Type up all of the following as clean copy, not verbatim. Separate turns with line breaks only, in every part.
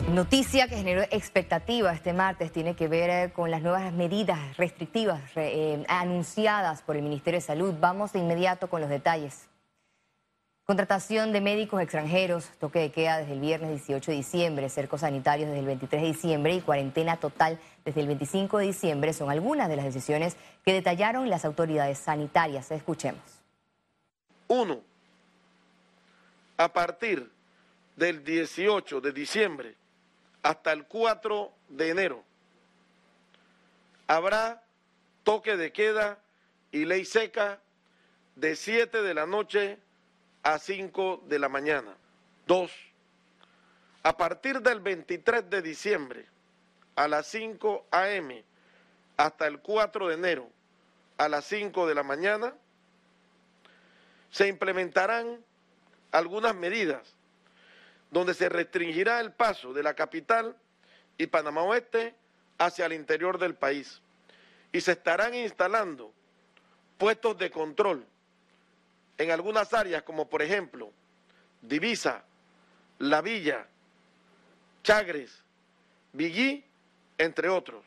Noticia que generó expectativa este martes tiene que ver con las nuevas medidas restrictivas anunciadas por el Ministerio de Salud. Vamos de inmediato con los detalles. Contratación de médicos extranjeros, toque de queda desde el viernes 18 de diciembre, cercos sanitarios desde el 23 de diciembre y cuarentena total desde el 25 de diciembre son algunas de las decisiones que detallaron las autoridades sanitarias. Escuchemos.
1. A partir del 18 de diciembre hasta el 4 de enero habrá toque de queda y ley seca de 7 de la noche a 5 de la mañana. 2. A partir del 23 de diciembre a las 5 a.m. hasta el 4 de enero a las 5 de la mañana se implementarán algunas medidas donde se restringirá el paso de la capital y Panamá Oeste hacia el interior del país y se estarán instalando puestos de control en algunas áreas como por ejemplo Divisa, La Villa, Chagres, Villí, entre otros.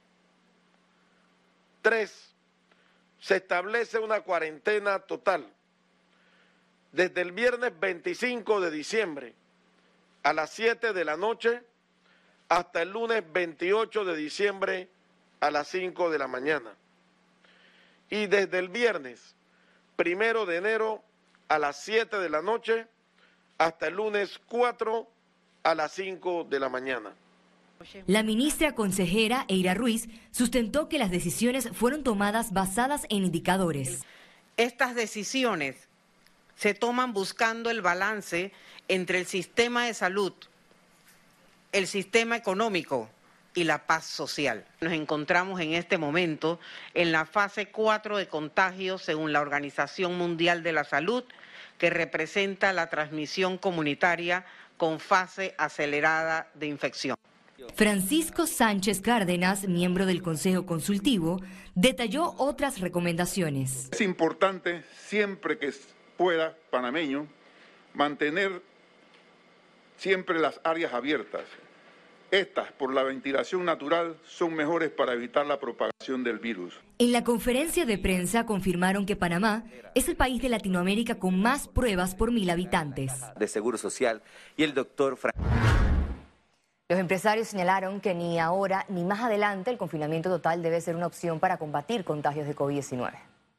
3. Se establece una cuarentena total desde el viernes 25 de diciembre a las 7 de la noche hasta el lunes 28 de diciembre a las 5 de la mañana. Y desde el viernes 1 de enero a las 7 de la noche hasta el lunes 4 a las 5 de la mañana.
La ministra consejera Eira Ruiz sustentó que las decisiones fueron tomadas basadas en indicadores.
Estas decisiones se toman buscando el balance entre el sistema de salud, el sistema económico y la paz social. Nos encontramos en este momento en la fase 4 de contagio según la Organización Mundial de la Salud, que representa la transmisión comunitaria con fase acelerada de infección.
Francisco Sánchez Cárdenas, miembro del Consejo Consultivo, detalló otras recomendaciones.
Es importante siempre que pueda, panameño, mantener siempre las áreas abiertas. Estas, por la ventilación natural, son mejores para evitar la propagación del virus.
En la conferencia de prensa confirmaron que Panamá es el país de Latinoamérica con más pruebas por 1000 habitantes.
De Seguro Social y el doctor
Los empresarios señalaron que ni ahora ni más adelante el confinamiento total debe ser una opción para combatir contagios de COVID-19.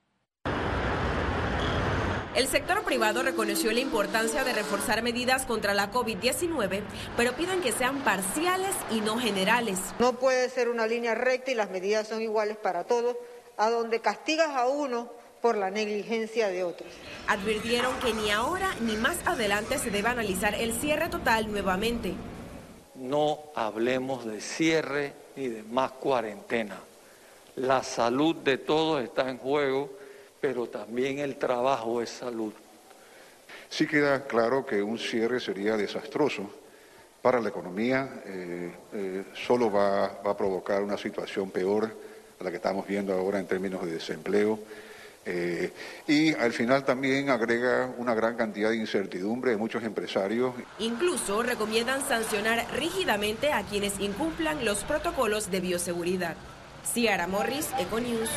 El sector privado reconoció la importancia de reforzar medidas contra la COVID-19, pero piden que sean parciales y no generales.
No puede ser una línea recta y las medidas son iguales para todos, a donde castigas a uno por la negligencia de otros.
Advirtieron que ni ahora ni más adelante se debe analizar el cierre total nuevamente.
No hablemos de cierre ni de más cuarentena. La salud de todos está en juego, pero también el trabajo es salud.
Sí queda claro que un cierre sería desastroso para la economía, solo va a provocar una situación peor a la que estamos viendo ahora en términos de desempleo. Y al final también agrega una gran cantidad de incertidumbre de muchos empresarios.
Incluso recomiendan sancionar rígidamente a quienes incumplan los protocolos de bioseguridad. Ciara Morris, Econews.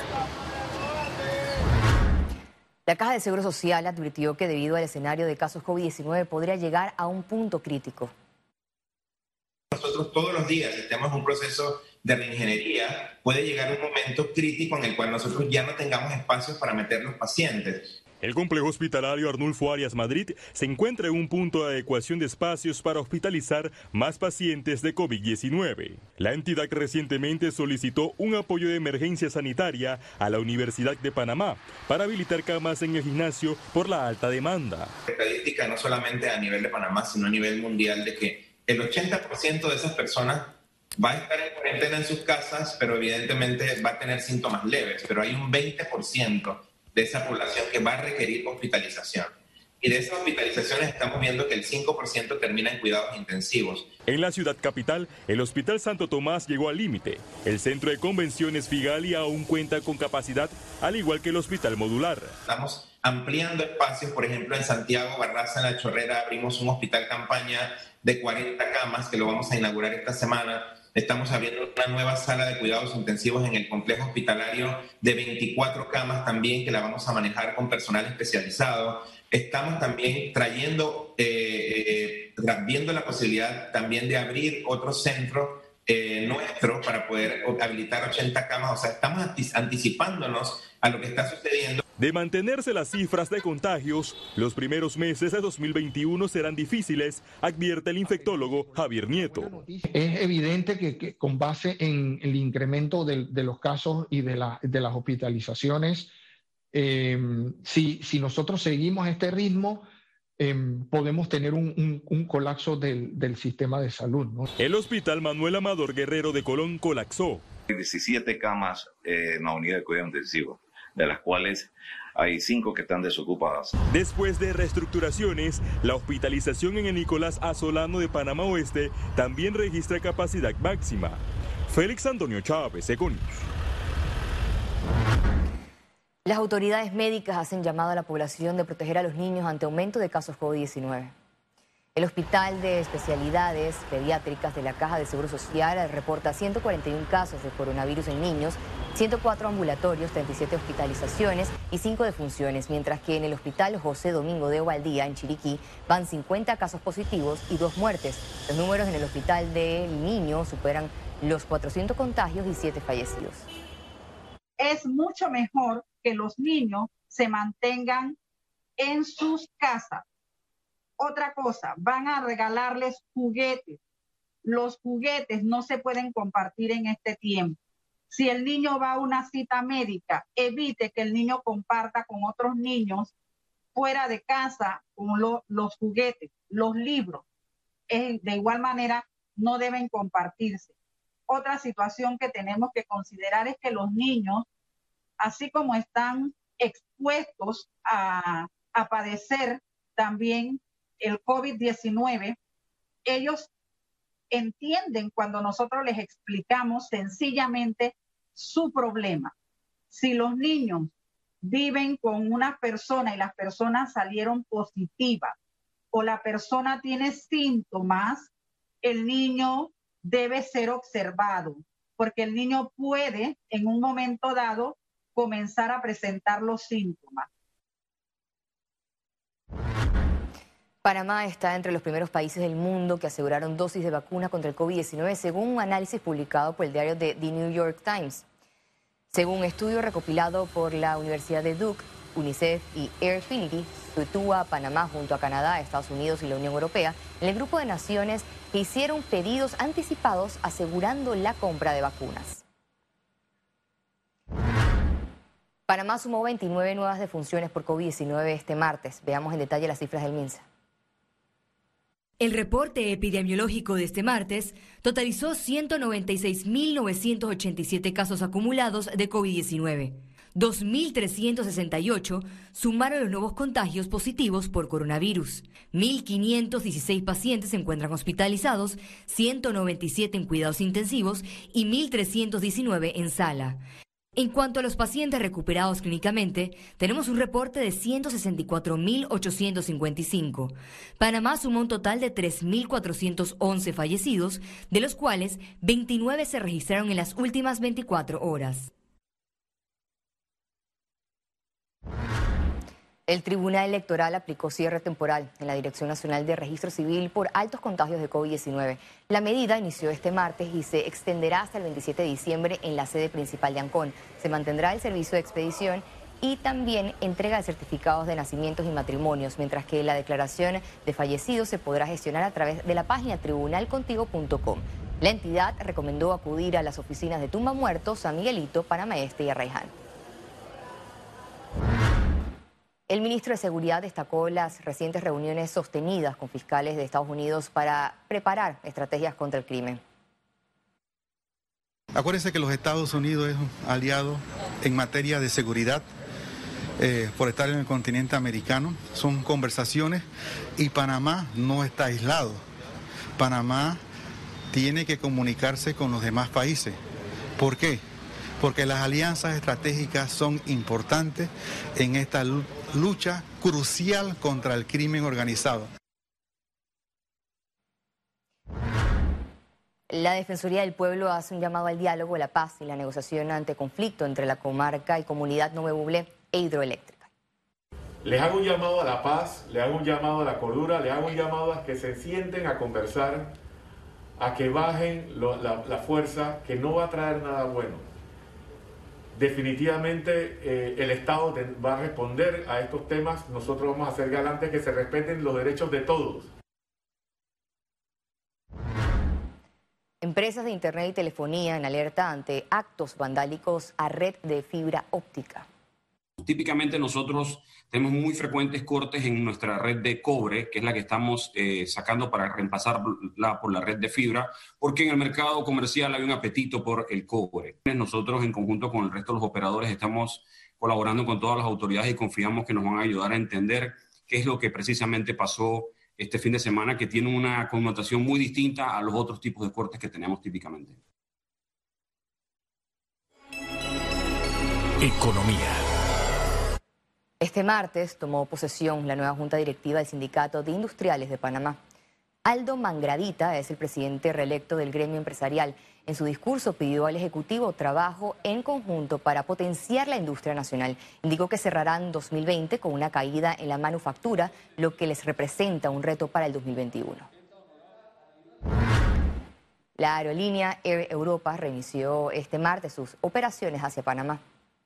La Caja de Seguro Social advirtió que debido al escenario de casos COVID-19 podría llegar a un punto crítico.
Nosotros todos los días estamos en un proceso de reingeniería, puede llegar un momento crítico en el cual nosotros ya no tengamos espacios para meter los pacientes.
El complejo hospitalario Arnulfo Arias Madrid se encuentra en un punto de adecuación de espacios para hospitalizar más pacientes de COVID-19. La entidad recientemente solicitó un apoyo de emergencia sanitaria a la Universidad de Panamá para habilitar camas en el gimnasio por la alta demanda.
Estadística no solamente a nivel de Panamá, sino a nivel mundial de que el 80% de esas personas va a estar en cuarentena en sus casas, pero evidentemente va a tener síntomas leves, pero hay un 20% de esa población que va a requerir hospitalización. Y de esas hospitalizaciones estamos viendo que el 5% termina en cuidados intensivos.
En la ciudad capital, el Hospital Santo Tomás llegó al límite. El Centro de Convenciones Figali aún cuenta con capacidad, al igual que el Hospital Modular.
Estamos ampliando espacios, por ejemplo, en Santiago, Barraza, en La Chorrera, abrimos un hospital campaña de 40 camas que lo vamos a inaugurar esta semana. Estamos abriendo una nueva sala de cuidados intensivos en el complejo hospitalario de 24 camas también, que la vamos a manejar con personal especializado. Estamos también viendo la posibilidad también de abrir otro centro nuestro para poder habilitar 80 camas. O sea, estamos anticipándonos a lo que está sucediendo.
De mantenerse las cifras de contagios, los primeros meses de 2021 serán difíciles, advierte el infectólogo Javier Nieto.
Es evidente que con base en el incremento de los casos y de las hospitalizaciones, si nosotros seguimos este ritmo, podemos tener un colapso del sistema de salud, ¿no?
El Hospital Manuel Amador Guerrero de Colón colapsó.
Hay 17 camas en la unidad de cuidado intensivo, de las cuales hay 5 que están desocupadas.
Después de reestructuraciones, la hospitalización en el Nicolás A. Solano de Panamá Oeste también registra capacidad máxima. Félix Antonio Chávez, Econius.
Las autoridades médicas hacen llamado a la población de proteger a los niños ante aumento de casos COVID-19. El Hospital de Especialidades Pediátricas de la Caja de Seguro Social reporta 141 casos de coronavirus en niños, 104 ambulatorios, 37 hospitalizaciones y 5 defunciones, mientras que en el Hospital José Domingo de Ovaldía, en Chiriquí, van 50 casos positivos y 2 muertes. Los números en el Hospital del Niño superan los 400 contagios y 7 fallecidos.
Es mucho mejor que los niños se mantengan en sus casas. Otra cosa, van a regalarles juguetes. Los juguetes no se pueden compartir en este tiempo. Si el niño va a una cita médica, evite que el niño comparta con otros niños fuera de casa con los juguetes, los libros. De igual manera, no deben compartirse. Otra situación que tenemos que considerar es que los niños, así como están expuestos a padecer también el COVID-19, ellos entienden cuando nosotros les explicamos sencillamente su problema. Si los niños viven con una persona y las personas salieron positivas o la persona tiene síntomas, el niño debe ser observado, porque el niño puede en un momento dado comenzar a presentar los síntomas.
Panamá está entre los primeros países del mundo que aseguraron dosis de vacuna contra el COVID-19, según un análisis publicado por el diario The New York Times. Según un estudio recopilado por la Universidad de Duke, UNICEF y Airfinity, sitúa a Panamá junto a Canadá, Estados Unidos y la Unión Europea en el grupo de naciones que hicieron pedidos anticipados asegurando la compra de vacunas. Panamá sumó 29 nuevas defunciones por COVID-19 este martes. Veamos en detalle las cifras del MINSA.
El reporte epidemiológico de este martes totalizó 196.987 casos acumulados de COVID-19. 2.368 sumaron los nuevos contagios positivos por coronavirus. 1.516 pacientes se encuentran hospitalizados, 197 en cuidados intensivos y 1.319 en sala. En cuanto a los pacientes recuperados clínicamente, tenemos un reporte de 164.855. Panamá sumó un total de 3.411 fallecidos, de los cuales 29 se registraron en las últimas 24 horas.
El Tribunal Electoral aplicó cierre temporal en la Dirección Nacional de Registro Civil por altos contagios de COVID-19. La medida inició este martes y se extenderá hasta el 27 de diciembre en la sede principal de Ancón. Se mantendrá el servicio de expedición y también entrega de certificados de nacimientos y matrimonios, mientras que la declaración de fallecidos se podrá gestionar a través de la página tribunalcontigo.com. La entidad recomendó acudir a las oficinas de Tumba Muertos, San Miguelito, Panamá Este y Arraiján. El ministro de Seguridad destacó las recientes reuniones sostenidas con fiscales de Estados Unidos para preparar estrategias contra el crimen.
Acuérdense que los Estados Unidos es un aliado en materia de seguridad por estar en el continente americano. Son conversaciones y Panamá no está aislado. Panamá tiene que comunicarse con los demás países. ¿Por qué? Porque las alianzas estratégicas son importantes en esta lucha crucial contra el crimen organizado.
La Defensoría del Pueblo hace un llamado al diálogo, la paz y la negociación ante conflicto entre la comarca y comunidad Nové Buglé e Hidroeléctrica.
Les hago un llamado a la paz, les hago un llamado a la cordura, les hago un llamado a que se sienten a conversar, a que bajen la fuerza, que no va a traer nada bueno. Definitivamente el Estado va a responder a estos temas. Nosotros vamos a ser galantes que se respeten los derechos de todos.
Empresas de Internet y telefonía en alerta ante actos vandálicos a red de fibra óptica.
Típicamente nosotros tenemos muy frecuentes cortes en nuestra red de cobre, que es la que estamos sacando para reemplazarla por la red de fibra, porque en el mercado comercial hay un apetito por el cobre. Nosotros, en conjunto con el resto de los operadores, estamos colaborando con todas las autoridades y confiamos que nos van a ayudar a entender qué es lo que precisamente pasó este fin de semana, que tiene una connotación muy distinta a los otros tipos de cortes que tenemos típicamente.
Economía.
Este martes tomó posesión la nueva Junta Directiva del Sindicato de Industriales de Panamá. Aldo Mangradita es el presidente reelecto del gremio empresarial. En su discurso pidió al Ejecutivo trabajo en conjunto para potenciar la industria nacional. Indicó que cerrarán 2020 con una caída en la manufactura, lo que les representa un reto para el 2021. La aerolínea Air Europa reinició este martes sus operaciones hacia Panamá.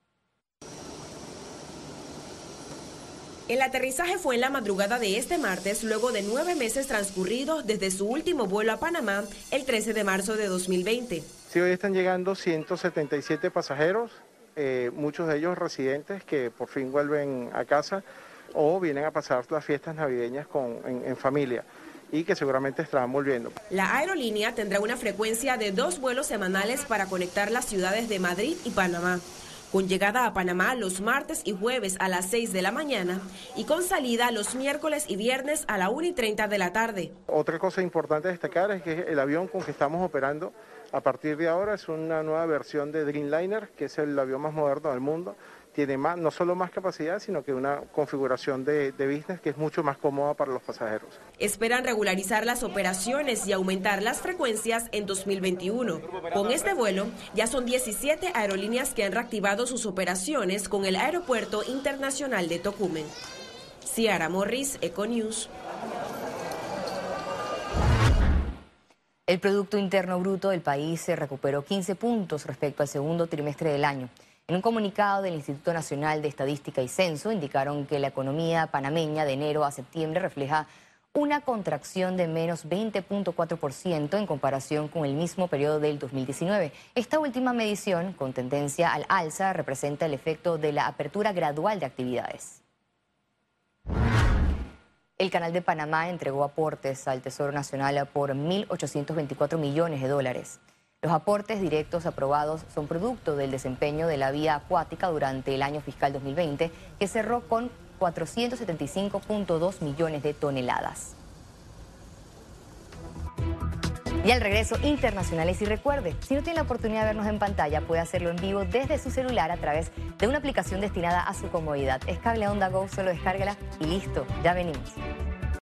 El aterrizaje fue en la madrugada de este martes, luego de 9 meses transcurridos desde su último vuelo a Panamá, el 13 de marzo de 2020.
Sí, hoy están llegando 177 pasajeros, muchos de ellos residentes que por fin vuelven a casa o vienen a pasar las fiestas navideñas en familia y que seguramente estarán volviendo.
La aerolínea tendrá una frecuencia de 2 vuelos semanales para conectar las ciudades de Madrid y Panamá, con llegada a Panamá los martes y jueves a las 6 de la mañana y con salida los miércoles y viernes a la 1:30 de la tarde.
Otra cosa importante a destacar es que el avión con que estamos operando a partir de ahora es una nueva versión de Dreamliner, que es el avión más moderno del mundo. Tiene no solo más capacidad, sino que una configuración de business que es mucho más cómoda para los pasajeros.
Esperan regularizar las operaciones y aumentar las frecuencias en 2021. Con este vuelo, ya son 17 aerolíneas que han reactivado sus operaciones con el Aeropuerto Internacional de Tocumen. Ciara Morris, Econews.
El Producto Interno Bruto del país se recuperó 15 puntos respecto al segundo trimestre del año. En un comunicado del Instituto Nacional de Estadística y Censo indicaron que la economía panameña de enero a septiembre refleja una contracción de menos 20.4% en comparación con el mismo periodo del 2019. Esta última medición, con tendencia al alza, representa el efecto de la apertura gradual de actividades. El Canal de Panamá entregó aportes al Tesoro Nacional por 1.824 millones de dólares. Los aportes directos aprobados son producto del desempeño de la vía acuática durante el año fiscal 2020, que cerró con 475.2 millones de toneladas. Y al regreso, internacionales. Y recuerde, si no tiene la oportunidad de vernos en pantalla, puede hacerlo en vivo desde su celular a través de una aplicación destinada a su comodidad. Es Cable Onda Go, solo descárgala y listo, ya venimos.